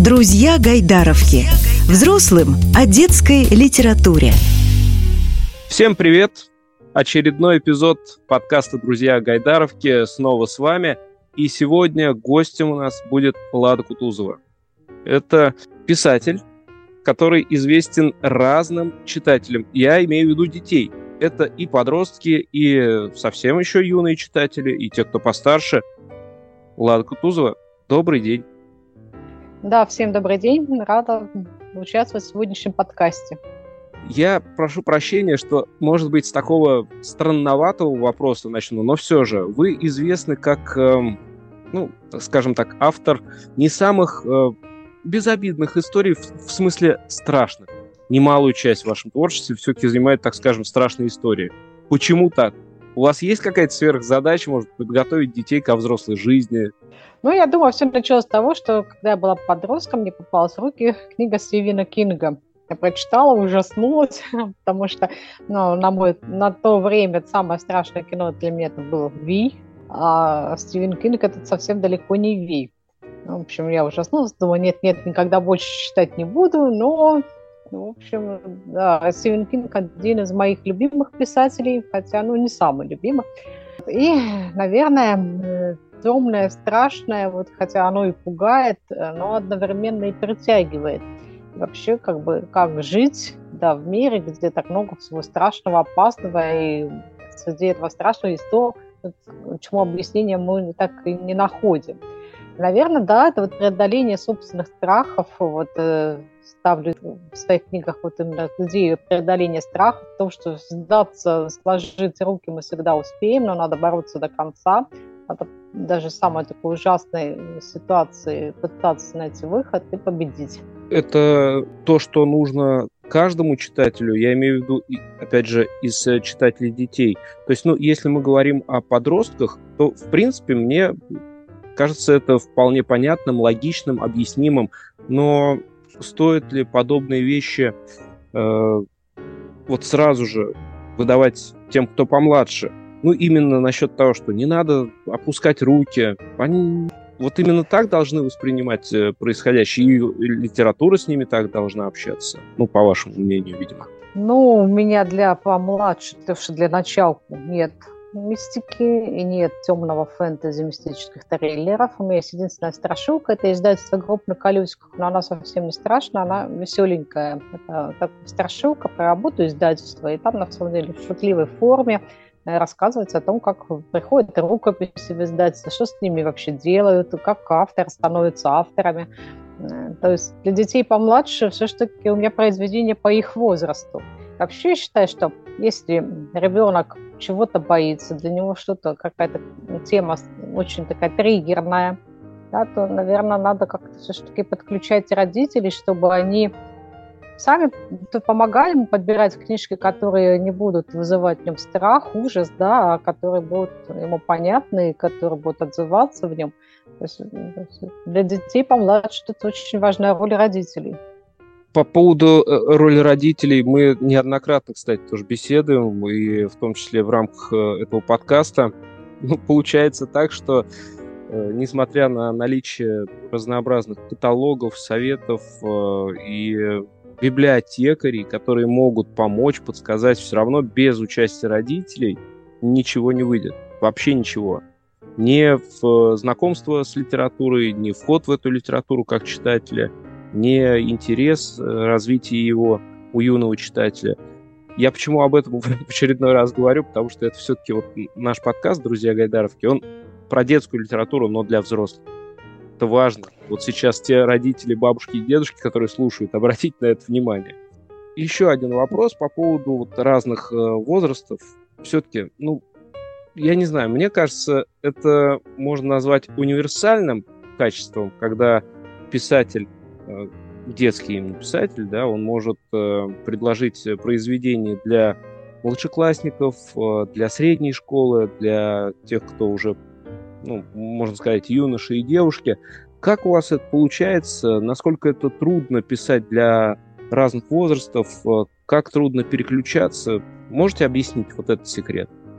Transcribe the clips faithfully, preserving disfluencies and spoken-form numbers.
Друзья Гайдаровки. Взрослым о детской литературе. Всем привет! Очередной эпизод подкаста «Друзья Гайдаровки» снова с вами. И сегодня гостем у нас будет Лада Кутузова. Это писатель, который известен разным читателям. Я имею в виду детей. Это и подростки, и совсем еще юные читатели, и те, кто постарше. Лада Кутузова, добрый день. Да, всем добрый день. Рада участвовать в сегодняшнем подкасте. Я прошу прощения, что, может быть, с такого странноватого вопроса начну, но все же вы известны как, э, ну, скажем так, автор не самых э, безобидных историй, в, в смысле страшных. Немалую часть в вашем творчестве все-таки занимает, так скажем, страшные истории. Почему так? У вас есть какая-то сверхзадача, может, подготовить детей ко взрослой жизни? Ну, я думаю, все началось с того, что когда я была подростком, мне попалась в руки книга Стивена Кинга. Я прочитала, ужаснулась, потому что ну, на, мой, на то время самое страшное кино для меня это было «Ви», а Стивен Кинг это совсем далеко не «Ви». Ну, в общем, я ужаснулась, думаю, нет-нет, никогда больше читать не буду, но, в общем, да, Стивен Кинг один из моих любимых писателей, хотя, ну, не самый любимый. И, наверное, темное, страшное, вот, хотя оно и пугает, но одновременно и притягивает. Вообще, как бы, как жить, да, в мире, где так много всего страшного, опасного, и среди этого страшного есть то, чему объяснения мы так и не находим. Наверное, да, это вот преодоление собственных страхов, вот, э, ставлю в своих книгах вот именно идею преодоления страхов, в том, что сдаться, сложить руки мы всегда успеем, но надо бороться до конца. Надо даже в самой такой ужасной ситуации пытаться найти выход и победить. Это то, что нужно каждому читателю, я имею в виду, опять же, из читателей детей. То есть, ну, если мы говорим о подростках, то, в принципе, мне кажется это вполне понятным, логичным, объяснимым, но стоит ли подобные вещи э, вот сразу же выдавать тем, кто помладше? Ну, именно насчет того, что не надо опускать руки. Они вот именно так должны воспринимать происходящее, и литература с ними так должна общаться. Ну, по вашему мнению, видимо. Ну, у меня для помладше, потому что для началку нет мистики и нет темного фэнтези, мистических триллеров. У меня есть единственная страшилка, это издательство «Гроб на колесиках», но она совсем не страшная, она веселенькая. Это такая страшилка про работу издательства, и там, на самом деле, в шутливой форме рассказывается о том, как приходят рукописи в издательство, что с ними вообще делают, как авторы становятся авторами. То есть для детей помладше все-таки у меня произведение по их возрасту. Вообще я считаю, что если ребенок чего-то боится, для него что-то, какая-то тема очень такая триггерная, да, то, наверное, надо как-то все-таки подключать родителей, чтобы они сами помогали ему подбирать книжки, которые не будут вызывать в нем страх, ужас, да, а которые будут ему понятны, которые будут отзываться в нем. То есть для детей помладше это очень важная роль родителей. По поводу роли родителей мы неоднократно, кстати, тоже беседуем, и в том числе в рамках этого подкаста. Ну, получается так, что несмотря на наличие разнообразных каталогов, советов и библиотекарей, которые могут помочь, подсказать, все равно без участия родителей ничего не выйдет. Вообще ничего. Ни в знакомство с литературой, ни вход в эту литературу как читателя, ни интерес, развитие его у юного читателя. Я почему об этом в очередной раз говорю, потому что это все-таки вот наш подкаст «Друзья Гайдаровки», он про детскую литературу, но для взрослых. Это важно. Вот сейчас те родители, бабушки и дедушки, которые слушают, обратите на это внимание. Еще один вопрос по поводу вот разных э, возрастов. Все-таки, ну, я не знаю, мне кажется, это можно назвать универсальным качеством, когда писатель, э, детский именно писатель, да, он может э, предложить произведение для младшеклассников, э, для средней школы, для тех, кто уже, ну, можно сказать, юноши и девушки. Как у вас это получается? Насколько это трудно писать для разных возрастов? Как трудно переключаться? Можете объяснить вот этот секрет?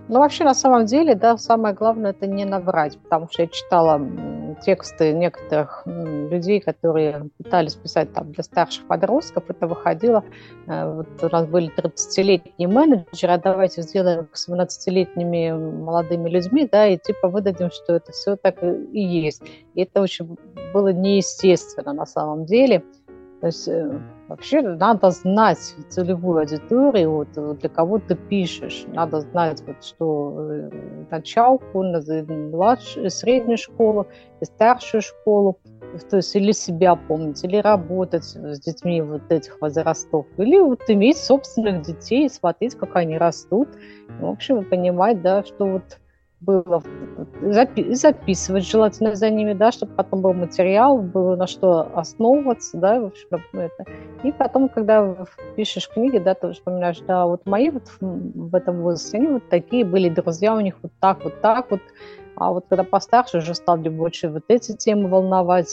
Ну, вообще, на самом деле, да, самое главное – это не наврать, потому что я читала тексты некоторых людей, которые пытались писать там для старших подростков, это выходило, вот у нас были тридцатилетние менеджеры, а давайте сделаем их семнадцатилетними молодыми людьми, да, и типа выдадим, что это все так и есть. И это очень было неестественно на самом деле. То есть вообще надо знать целевую аудиторию, вот, для кого ты пишешь. Надо знать, вот, что началку, младшую, среднюю школу, и старшую школу. То есть или себя помнить, или работать с детьми вот этих возрастов, или вот иметь собственных детей, смотреть, как они растут. В общем, понимать, да, что вот было, запи- записывать желательно за ними, да, чтобы потом был материал, было на что основываться, да, в общем, это. И потом, когда пишешь книги, да, ты вспоминаешь, да, вот мои вот в этом возрасте, они вот такие были, друзья у них вот так, вот так вот, а вот когда постарше уже стали больше вот эти темы волновать,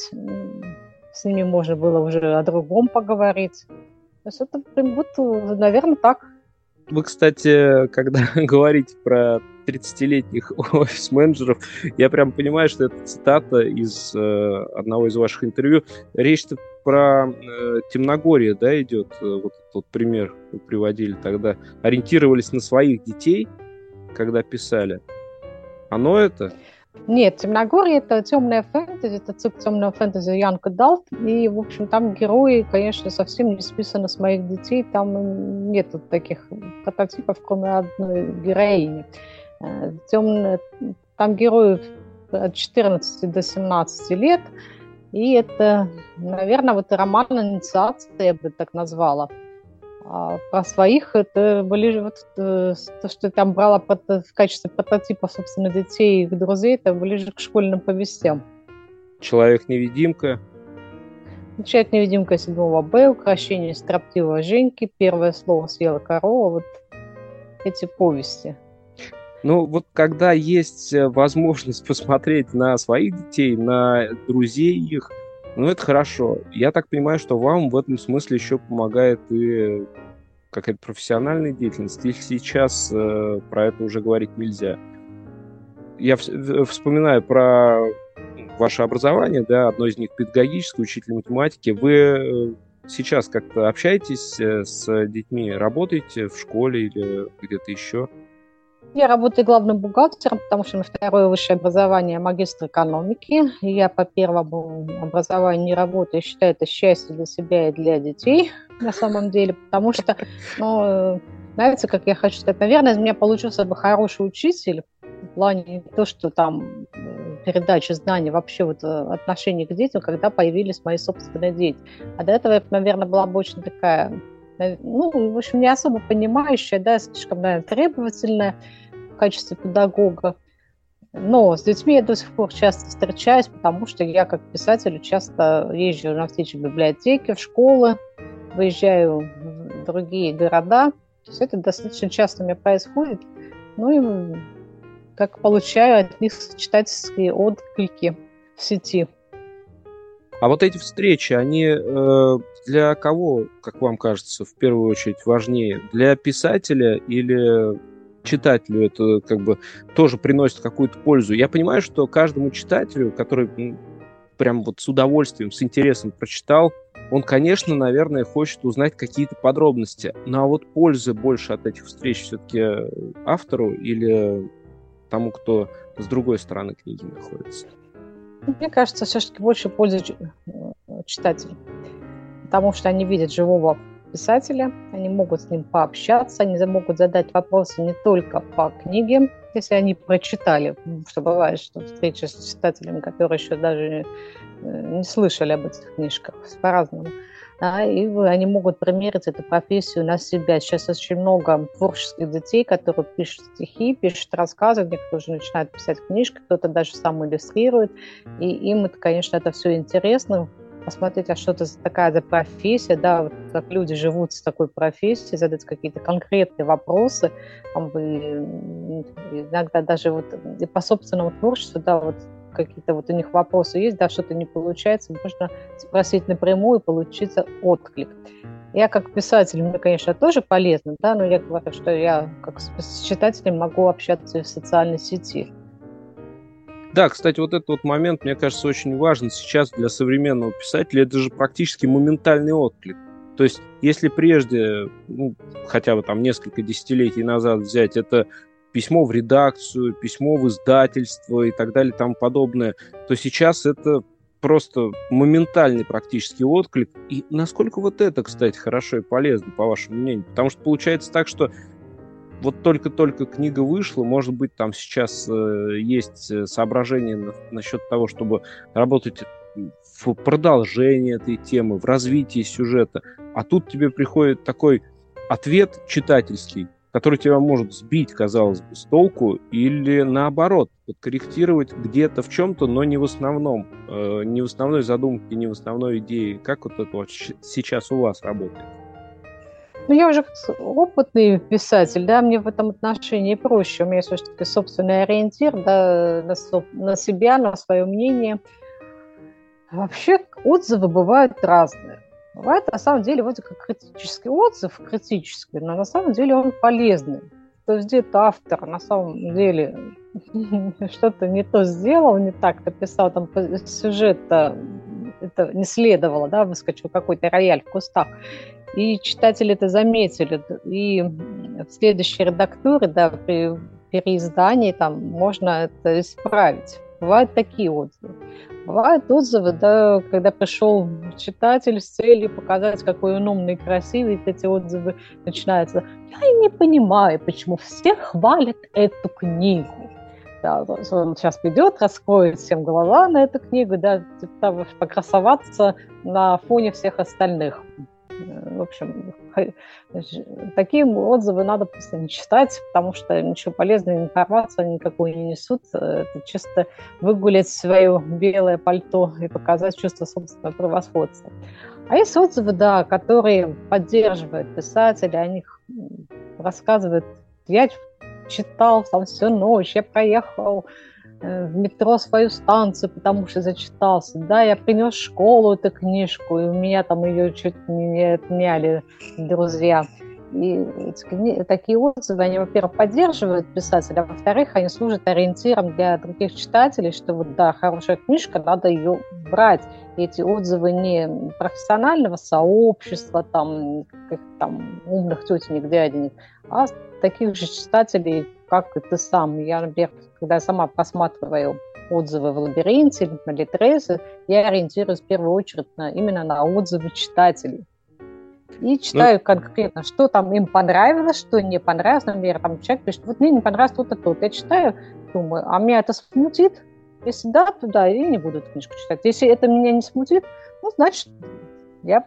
с ними можно было уже о другом поговорить. То есть это прям вот, наверное, так. Вы, кстати, когда говорите про тридцатилетних офис-менеджеров, я прям понимаю, что это цитата из э, одного из ваших интервью. Речь-то про э, Темногорье, да, идет, вот тот пример вы приводили тогда. Ориентировались на своих детей, когда писали. Оно это? Нет, Темногорье – это темная фэнтези, это цикл темного фэнтези Young Adult, и, в общем, там герои, конечно, совсем не списаны с моих детей, там нет вот таких прототипов, кроме одной героини. Темные, там герои от четырнадцати до семнадцати лет, и это, наверное, вот роман инициации, я бы так назвала. А про своих это были вот то, что я там брала в качестве прототипа, собственно, детей и их друзей, это ближе к школьным повестям. Человек-невидимка. Человек-невидимка седьмого Б, Укрощение строптивого Женьки, Первое слово съела корова, вот эти повести. Ну, вот когда есть возможность посмотреть на своих детей, на друзей их, ну, это хорошо. Я так понимаю, что вам в этом смысле еще помогает и какая-то профессиональная деятельность, или сейчас э, про это уже говорить нельзя? Я в- вспоминаю про ваше образование, да, одно из них педагогическое, учитель математики. Вы сейчас как-то общаетесь с детьми, работаете в школе или где-то еще? Я работаю главным бухгалтером, потому что у меня второе высшее образование, магистр экономики. Я по первому образованию не работаю, считаю это счастье для себя и для детей на самом деле, потому что, ну, знаете, как я хочу сказать, наверное, из меня получился бы хороший учитель в плане не то, что там передачи знаний, вообще вот отношение к детям, когда появились мои собственные дети. А до этого я, наверное, была бы очень такая, ну, в общем, не особо понимающая, да, слишком, наверное, требовательная в качестве педагога. Но с детьми я до сих пор часто встречаюсь, потому что я, как писатель, часто езжу на встречи в библиотеки, в школы, выезжаю в другие города. То есть это достаточно часто у меня происходит. Ну и как получаю от них читательские отклики в сети. А вот эти встречи, они э, для кого, как вам кажется, в первую очередь важнее? Для писателя или читателю это как бы тоже приносит какую-то пользу? Я понимаю, что каждому читателю, который ну, прям вот с удовольствием, с интересом прочитал, он, конечно, наверное, хочет узнать какие-то подробности. Ну а вот пользы больше от этих встреч все-таки автору или тому, кто с другой стороны книги находится? Мне кажется, все-таки больше пользы читателям, потому что они видят живого писателя, они могут с ним пообщаться, они могут задать вопросы не только по книге, если они прочитали, что бывает, что встречи с читателями, которые еще даже не слышали об этих книжках, по-разному. Да, и они могут примерить эту профессию на себя. Сейчас очень много творческих детей, которые пишут стихи, пишут рассказы, некоторые уже начинают писать книжки, кто-то даже сам иллюстрирует. И им, это, конечно, это все интересно. Посмотреть, а что это такая за профессия, да, вот как люди живут с такой профессией, задать какие-то конкретные вопросы, иногда даже вот и по собственному творчеству, да, вот какие-то вот у них вопросы есть, да, что-то не получается, можно спросить напрямую и получить отклик. Я как писатель, мне, конечно, тоже полезно, да, но я говорю, что я как с читателем могу общаться и в социальной сети. Да, кстати, вот этот вот момент, мне кажется, очень важен сейчас для современного писателя. Это же практически моментальный отклик. То есть, если прежде, ну, хотя бы там несколько десятилетий назад взять, это письмо в редакцию, письмо в издательство и так далее и тому подобное, то сейчас это просто моментальный практически отклик. И насколько вот это, кстати, хорошо и полезно, по вашему мнению? Потому что получается так, что вот только-только книга вышла, может быть, там сейчас э, есть соображения на, насчет того, чтобы работать в продолжении этой темы, в развитии сюжета. А тут тебе приходит такой ответ читательский, который тебя может сбить, казалось бы, с толку, или наоборот, подкорректировать где-то в чем-то, но не в основном, э, не в основной задумке, не в основной идее. Как вот это вот сейчас у вас работает? Ну, я уже опытный писатель, да, мне в этом отношении проще. У меня есть все-таки собственный ориентир, да, на, на себя, на свое мнение. Вообще отзывы бывают разные. Бывает, на самом деле, вроде как критический отзыв, критический, но на самом деле он полезный. То есть где-то автор на самом деле что-то не то сделал, не так написал, там сюжет-то это не следовало, да, выскочил какой-то рояль в кустах. И читатели это заметили. И в следующей редактуре, да, при переиздании там можно это исправить. Бывают такие отзывы. Бывают отзывы, да, когда пришел читатель с целью показать, какой он умный и красивый, эти отзывы начинаются. Я и не понимаю, почему все хвалят эту книгу. Да, он сейчас придет, раскроет всем глаза на эту книгу, да, типа, покрасоваться на фоне всех остальных. В общем, такие отзывы надо просто не читать, потому что ничего полезной информации никакой не несут. Это чисто выгулять свое белое пальто и показать чувство собственного превосходства. А есть отзывы, да, которые поддерживают писателя, о них рассказывают. Я читал там всю ночь, я проехал в метро свою станцию, потому что зачитался. Да, я принес в школу эту книжку, и у меня там ее чуть не отняли друзья. И эти, такие отзывы, они, во-первых, поддерживают писателя, а во-вторых, они служат ориентиром для других читателей, что вот, да, хорошая книжка, надо ее брать. И эти отзывы не профессионального сообщества, там, каких там умных тетенек, дяденек, а таких же читателей, как и ты сам. Я, например, когда я сама просматриваю отзывы в «Лабиринте» или на Литресе, я ориентируюсь в первую очередь на, именно на отзывы читателей. И читаю ну, конкретно, что там им понравилось, что не понравилось. Например, там человек пишет, вот мне не понравилось то-то, то-то. Я читаю, думаю, а меня это смутит? Если да, то да, я не буду эту книжку читать. Если это меня не смутит, ну, значит, я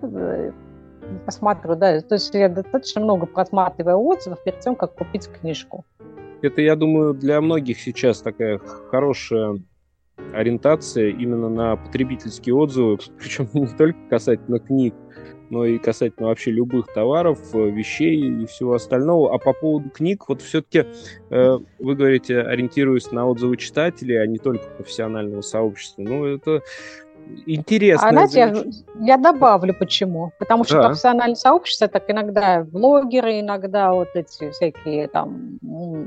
посмотрю, да. То есть я достаточно много просматриваю отзывов перед тем, как купить книжку. Это, я думаю, для многих сейчас такая хорошая ориентация именно на потребительские отзывы, причем не только касательно книг, но и касательно вообще любых товаров, вещей и всего остального. А по поводу книг, вот все-таки э, вы говорите, ориентируясь на отзывы читателей, а не только профессионального сообщества. Ну, это интересно. А знаете, я, я добавлю почему. Потому что да. Профессиональное сообщество, так иногда блогеры, иногда вот эти всякие там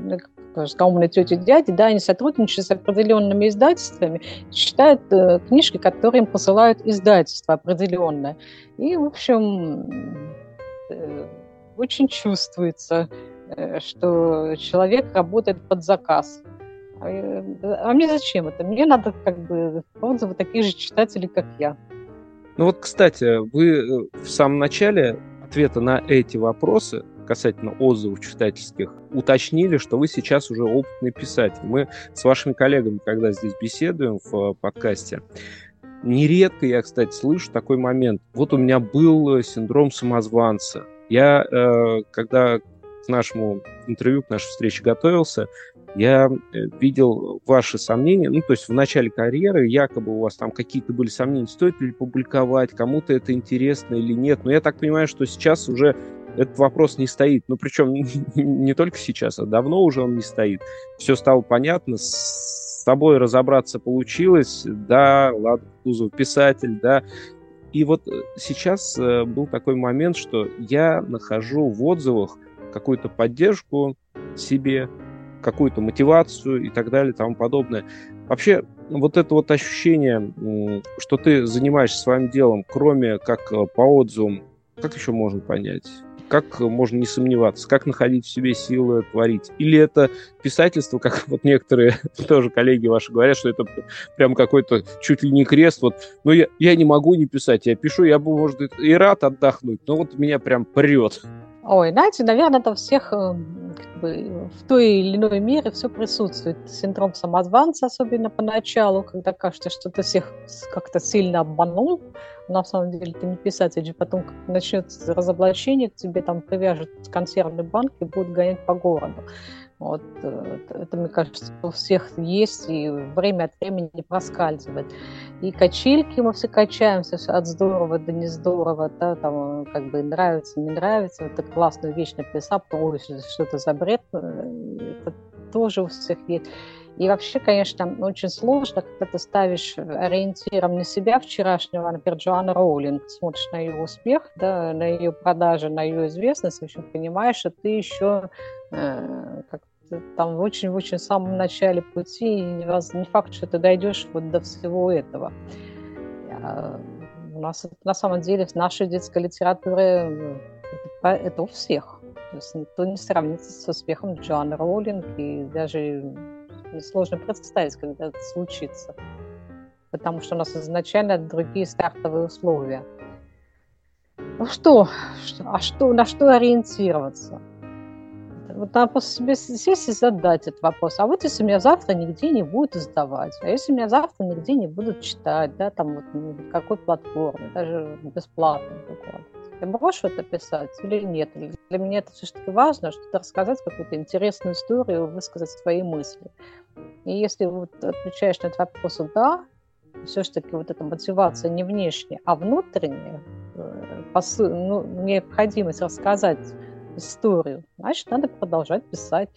умные тети и дяди, да, они сотрудничают с определенными издательствами, читают э, книжки, которые им посылают издательства определенное. И, в общем, э, очень чувствуется, э, что человек работает под заказ. А, а мне зачем это? Мне надо как бы отзывы таких же читателей, как я. Ну вот, кстати, вы в самом начале ответа на эти вопросы касательно отзывов читательских уточнили, что вы сейчас уже опытный писатель. Мы с вашими коллегами, когда здесь беседуем в подкасте, нередко я, кстати, слышу такой момент. Вот у меня был синдром самозванца. Я, э, когда к нашему интервью, к нашей встрече готовился, я видел ваши сомнения, ну, то есть в начале карьеры якобы у вас там какие-то были сомнения, стоит ли публиковать, кому-то это интересно или нет. Но я так понимаю, что сейчас уже этот вопрос не стоит. Ну, причем не только сейчас, а давно уже он не стоит. Все стало понятно, с собой разобраться получилось. Да, ладно, Кутузов писатель, да, И вот сейчас был такой момент, что я нахожу в отзывах какую-то поддержку себе, какую-то мотивацию и так далее и тому подобное. Вообще, вот это вот ощущение, что ты занимаешься своим делом, кроме как по отзывам, как еще можно понять? Как можно не сомневаться? Как находить в себе силы творить? Или это писательство, как вот некоторые тоже коллеги ваши говорят, что это прям какой-то чуть ли не крест. Вот, ну, я, я не могу не писать. Я пишу, я бы, может, и рад отдохнуть, но вот меня прям прет. Ой, знаете, наверное, это всех как бы, в той или иной мере все присутствует. Синдром самозванца, особенно поначалу, когда кажется, что ты всех как-то сильно обманул. На самом деле ты не писатель, потом как начнется разоблачение, к тебе там привяжут консервный банк и будут гонять по городу. Вот, это, мне кажется, у всех есть, и время от времени не проскальзывает. И качельки мы все качаемся от здорово до не здорово, да, там как бы нравится, не нравится. Вот так классную вещь написал, ой, что это за бред, это тоже у всех есть. И вообще, конечно, очень сложно, когда ты ставишь ориентиром на себя вчерашнего, например, Джоанны Роулинг, смотришь на ее успех, да, на ее продажи, на ее известность, в общем, понимаешь, что ты еще э, как там в очень-очень самом начале пути, и не, не факт, что ты дойдешь вот до всего этого. У нас на самом деле в нашей детской литературе это, это у всех. То есть никто не сравнится с успехом Джоанны Роулинг, и даже сложно представить, когда это случится. Потому что у нас изначально другие стартовые условия. Ну что, а что, на что ориентироваться? Вот надо просто себе сесть и задать этот вопрос. А вот если меня завтра нигде не будут издавать, а если меня завтра нигде не будут читать, да, там вот на какой платформе, даже бесплатно выкладывать, я брошу это писать или нет? Для меня это все-таки важно, что-то рассказать, какую-то интересную историю, высказать свои мысли. И если вот отвечаешь на этот вопрос «да», все-таки вот эта мотивация не внешняя, а внутренняя, посыл, ну, необходимость рассказать историю, значит, надо продолжать писать.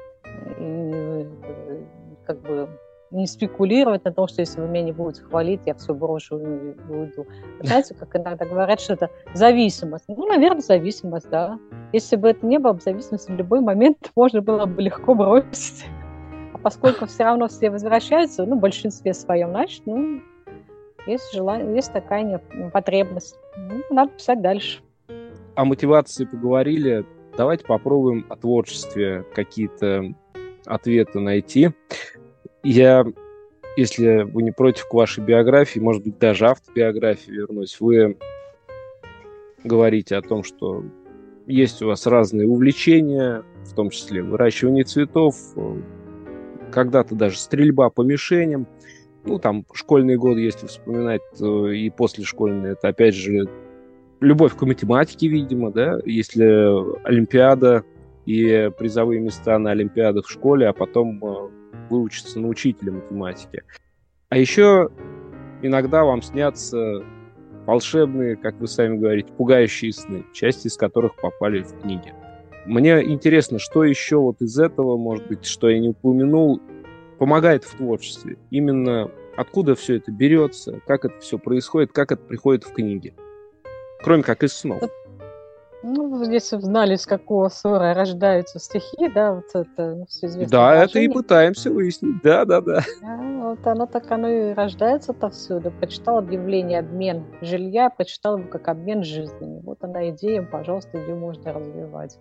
И, как бы не спекулировать на том, что если вы меня не будете хвалить, я все брошу и уйду. Знаете, как иногда говорят, что это зависимость. Ну, наверное, зависимость, да. Если бы это не было бы зависимости, в любой момент можно было бы легко бросить. А поскольку все равно все возвращаются, ну, в большинстве своем, значит, ну, есть желание, есть такая потребность. Ну, надо писать дальше. О мотивации поговорили. Давайте попробуем о творчестве какие-то ответы найти. Я, если вы не против, к вашей биографии, может быть, даже автобиографии вернусь, вы говорите о том, что есть у вас разные увлечения, в том числе выращивание цветов, когда-то даже стрельба по мишеням. Ну, там, школьные годы, если вспоминать, то и послешкольные, это, опять же, любовь к математике, видимо, да, если олимпиада и призовые места на олимпиадах в школе, а потом выучиться на учителя математики. А еще иногда вам снятся волшебные, как вы сами говорите, пугающие сны, части из которых попали в книги. Мне интересно, что еще вот из этого, может быть, что я не упомянул, помогает в творчестве. Именно откуда все это берется, как это все происходит, как это приходит в книги. Кроме как из снов. Ну, если бы знали, из какого ссора рождаются стихи, да, вот это ну, все известно. Да, это и пытаемся выяснить, да-да-да. Вот оно так оно и рождается отовсюду. Прочитал объявление «Обмен жилья», прочитал его как «Обмен жизнями». Вот она идея, пожалуйста, ее можно развивать.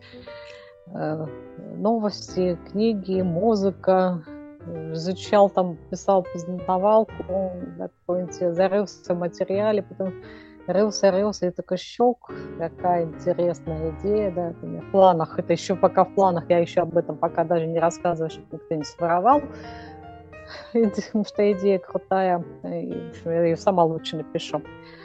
Новости, книги, музыка. Изучал там, писал познавалку, какой-нибудь зарылся в материале, потом рылся, рылся, и такой щелк, какая интересная идея, да, это в планах, это еще пока в планах, я еще об этом пока даже не рассказываю, чтобы никто не своровал, потому что идея крутая, и я ее сама лучше напишу.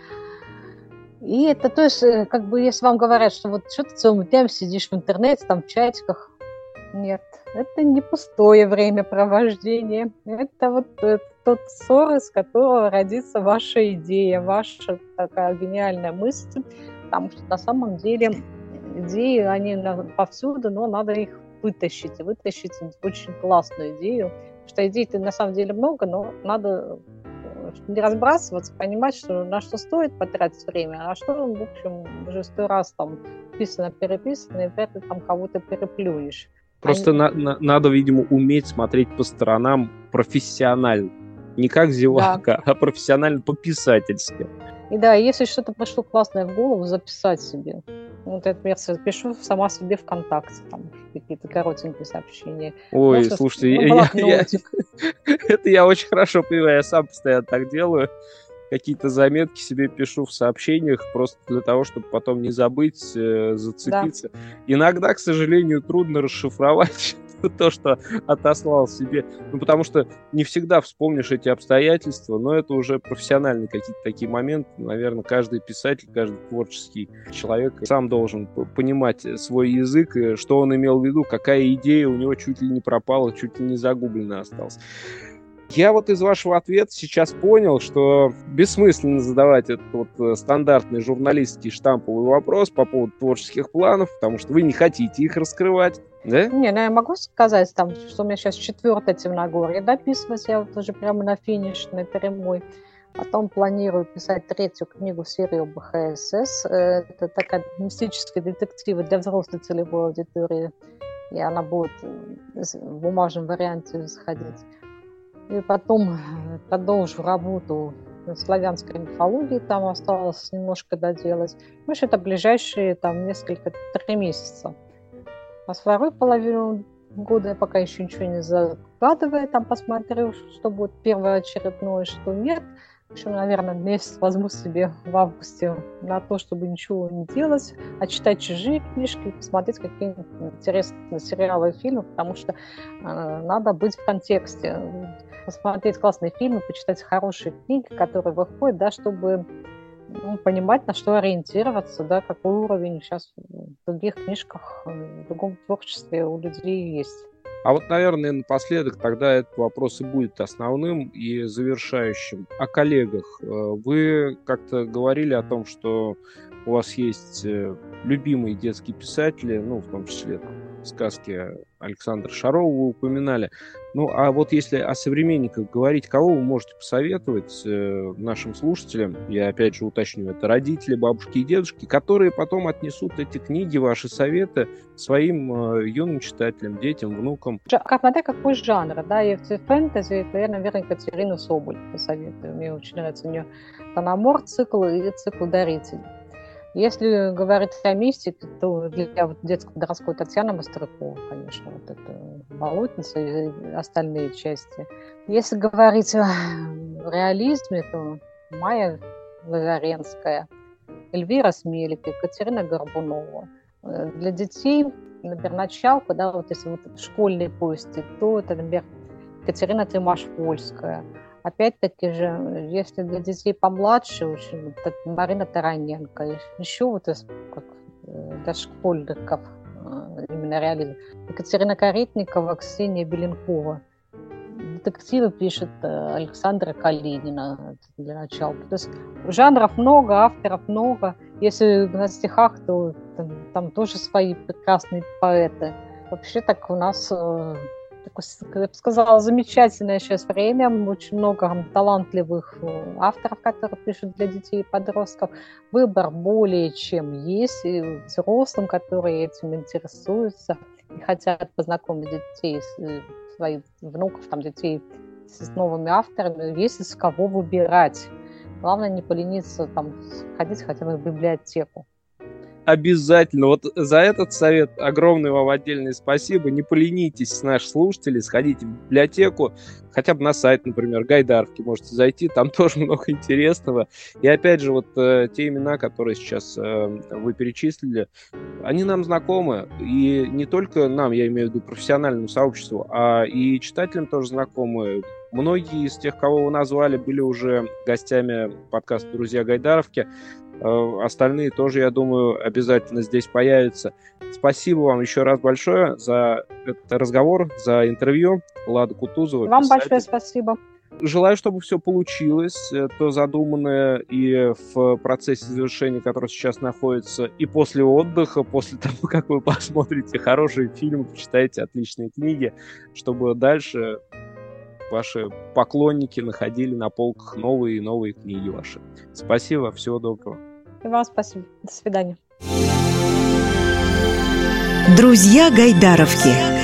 И это, то есть, как бы, если вам говорят, что вот что ты целыми днями сидишь в интернете, там, в чатиках, нет, это не пустое времяпровождение, это вот это тот ссор, из которого родится ваша идея, ваша такая гениальная мысль, потому что на самом деле идеи, они повсюду, но надо их вытащить, и вытащить очень классную идею, потому что идей-то на самом деле много, но надо не разбрасываться, понимать, что на что стоит потратить время, а на что, в общем, уже сто раз там писано-переписано, и вряд ли там кого-то переплюнешь. Просто Они... на- на- надо, видимо, уметь смотреть по сторонам профессионально. Не как зевака, да. а профессионально по-писательски. И да, если что-то пришло классное в голову, записать себе. Вот я, например, пишу сама себе ВКонтакте, там какие-то коротенькие сообщения. Ой, Можно, слушайте, ну, я, я, я, это я очень хорошо понимаю, я сам постоянно так делаю. Какие-то заметки себе пишу в сообщениях просто для того, чтобы потом не забыть, э, зацепиться. Да. Иногда, к сожалению, трудно расшифровать то, что отослал себе. Ну, потому что не всегда вспомнишь эти обстоятельства, но это уже профессиональные какие-то такие моменты. Наверное, каждый писатель, каждый творческий человек сам должен понимать свой язык, и что он имел в виду, какая идея у него чуть ли не пропала, чуть ли не загублена осталась. Я вот из вашего ответа сейчас понял, что бессмысленно задавать этот вот стандартный журналистский штамповый вопрос по поводу творческих планов, потому что вы не хотите их раскрывать, да? Не, ну я могу сказать, там, что у меня сейчас четвертое Темногорье дописывать, я вот уже прямо на финишной прямой. Потом планирую писать третью книгу серии об БХСС. Это такая мистическая детектива для взрослой целевой аудитории, и она будет в бумажном варианте сходить. И потом продолжу работу в славянской мифологии, там осталось немножко доделать. Ну, это ближайшие там несколько, три месяца. А с второй половины года я пока еще ничего не закладываю, там посмотрю, что будет первоочередное, что нет. В общем, наверное, месяц возьму себе в августе на то, чтобы ничего не делать, а читать чужие книжки, посмотреть какие-нибудь интересные сериалы и фильмы, потому что э, надо быть в контексте. Посмотреть классные фильмы, почитать хорошие книги, которые выходят, да, чтобы ну, понимать, на что ориентироваться, да, какой уровень сейчас в других книжках, в другом творчестве у людей есть. А вот, наверное, напоследок тогда этот вопрос и будет основным и завершающим. О коллегах. Вы как-то говорили о том, что у вас есть любимые детские писатели, ну, в том числе там, сказки Александра Шарова вы упоминали. Ну, а вот если о современниках говорить, кого вы можете посоветовать э, нашим слушателям, я опять же уточню, это родители, бабушки и дедушки, которые потом отнесут эти книги, ваши советы своим э, юным читателям, детям, внукам? Как смотря какой жанр, да, если фэнтези, то я, наверное, Екатерину Соболь посоветую. Мне очень нравится у нее Тономор цикл и цикл Даритель. Если говорить о мистике, то для вот детско-подростковой Татьяна Мастрыкова, конечно, вот это «Болотница» и остальные части. Если говорить о реализме, то Майя Лазаренская, Эльвира Смелик, Екатерина Горбунова. Для детей, например, началку, да, вот если вот школьные повести, то это, например, Екатерина Тимош-Польская. Опять-таки же, если для детей помладше, очень, вот, Марина Тараненко, еще вот из, как, для школьников именно реализм. Екатерина Каретникова, Ксения Беленкова. Детективы пишет Александра Калинина для начала. То есть жанров много, авторов много. Если на стихах, то там, там тоже свои прекрасные поэты. Вообще так у нас... я бы сказала, замечательное сейчас время. Очень много талантливых авторов, которые пишут для детей и подростков. Выбор более чем есть. И взрослым, которые этим интересуются и хотят познакомить детей, своих внуков, там, детей с новыми авторами, есть из кого выбирать. Главное не полениться там, ходить хотя бы в библиотеку. Обязательно. Вот за этот совет огромное вам отдельное спасибо. Не поленитесь, наши слушатели, сходите в библиотеку, хотя бы на сайт, например, Гайдаровки можете зайти, там тоже много интересного. И опять же, вот э, те имена, которые сейчас э, вы перечислили, они нам знакомы. И не только нам, я имею в виду профессиональному сообществу, а и читателям тоже знакомы. Многие из тех, кого вы назвали, были уже гостями подкаста «Друзья Гайдаровки». Остальные тоже, я думаю, обязательно здесь появятся. Спасибо вам еще раз большое за этот разговор, за интервью. Лада Кутузова. Вам писатель. Большое спасибо. Желаю, чтобы все получилось, то задуманное и в процессе завершения, который сейчас находится, и после отдыха, после того, как вы посмотрите хорошие фильмы, почитаете отличные книги, чтобы дальше ваши поклонники находили на полках новые и новые книги ваши. Спасибо, всего доброго. И вам спасибо. До свидания. Друзья Гайдаровки.